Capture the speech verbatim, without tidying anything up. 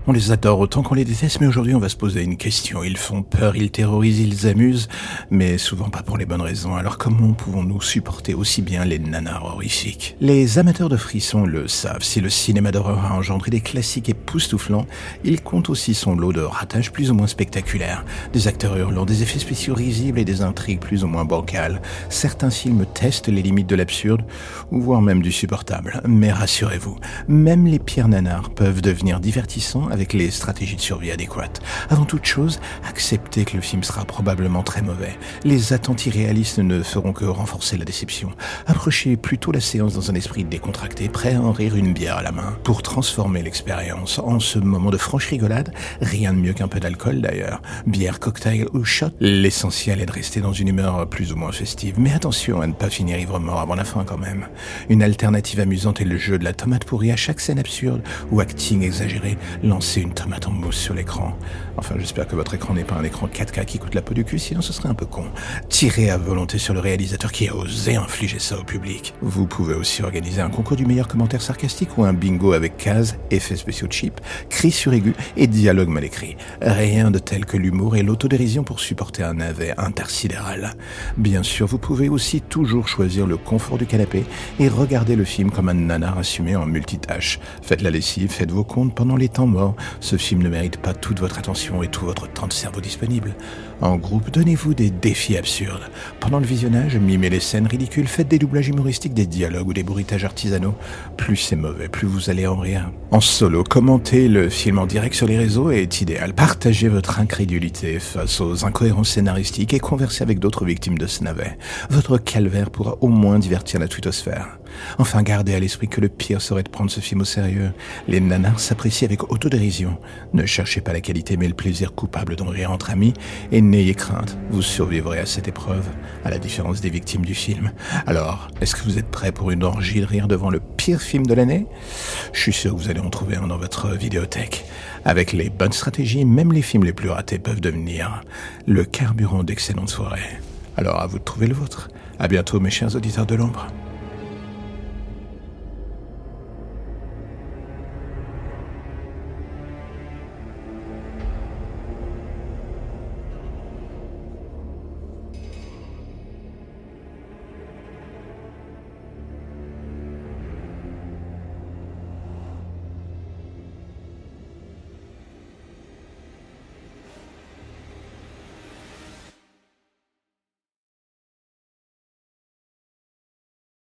On les adore autant qu'on les déteste, mais aujourd'hui on va se poser une question. Ils font peur, ils terrorisent, ils amusent, mais souvent pas pour les bonnes raisons. Alors comment pouvons-nous supporter aussi bien les nanars horrifiques? Les amateurs de frissons le savent. Si le cinéma d'horreur a engendré des classiques époustouflants, il compte aussi son lot de ratages plus ou moins spectaculaires. Des acteurs hurlants, des effets spéciaux risibles et des intrigues plus ou moins bancales. Certains films testent les limites de l'absurde, ou voire même du supportable. Mais rassurez-vous, même les pires nanars peuvent devenir divertissants avec les stratégies de survie adéquates. Avant toute chose, acceptez que le film sera probablement très mauvais. Les attentes irréalistes ne feront que renforcer la déception. Approchez plutôt la séance dans un esprit décontracté, prêt à en rire une bière à la main. Pour transformer l'expérience, en ce moment de franche rigolade, rien de mieux qu'un peu d'alcool d'ailleurs. Bière, cocktail ou shot, l'essentiel est de rester dans une humeur plus ou moins festive. Mais attention à ne pas finir ivre-mort avant la fin quand même. Une alternative amusante est le jeu de la tomate pourrie à chaque scène absurde ou acting exagéré. Lancez une tomate en mousse sur l'écran. Enfin, j'espère que votre écran n'est pas un écran quatre K qui coûte la peau du cul, sinon ce serait un peu con. Tirez à volonté sur le réalisateur qui a osé infliger ça au public. Vous pouvez aussi organiser un concours du meilleur commentaire sarcastique ou un bingo avec cases, effets spéciaux cheap, cris suraigus et dialogues mal écrits. Rien de tel que l'humour et l'autodérision pour supporter un navet intersidéral. Bien sûr, vous pouvez aussi toujours choisir le confort du canapé et regarder le film comme un nanar assumé en multitâche. Faites la lessive, faites vos comptes pendant les temps morts. Ce film ne mérite pas toute votre attention et tout votre temps de cerveau disponible. En groupe, donnez-vous des défis absurdes. Pendant le visionnage, mimez les scènes ridicules, faites des doublages humoristiques, des dialogues ou des bruitages artisanaux. Plus c'est mauvais, plus vous allez en rire. En solo, commentez le film en direct sur les réseaux est idéal. Partagez votre incrédulité face aux incohérences scénaristiques et conversez avec d'autres victimes de ce navet. Votre calvaire pourra au moins divertir la twittosphère. Enfin, gardez à l'esprit que le pire serait de prendre ce film au sérieux. Les nanars s'apprécient avec autodérision. Ne cherchez pas la qualité mais le plaisir coupable d'en rire entre amis et n'ayez crainte, vous survivrez à cette épreuve, à la différence des victimes du film. Alors, est-ce que vous êtes prêts pour une orgie de rire devant le pire film de l'année? Je suis sûr que vous allez en trouver un dans votre vidéothèque. Avec les bonnes stratégies, même les films les plus ratés peuvent devenir le carburant d'excellentes soirées. Alors à vous de trouver le vôtre. À bientôt mes chers auditeurs de l'ombre.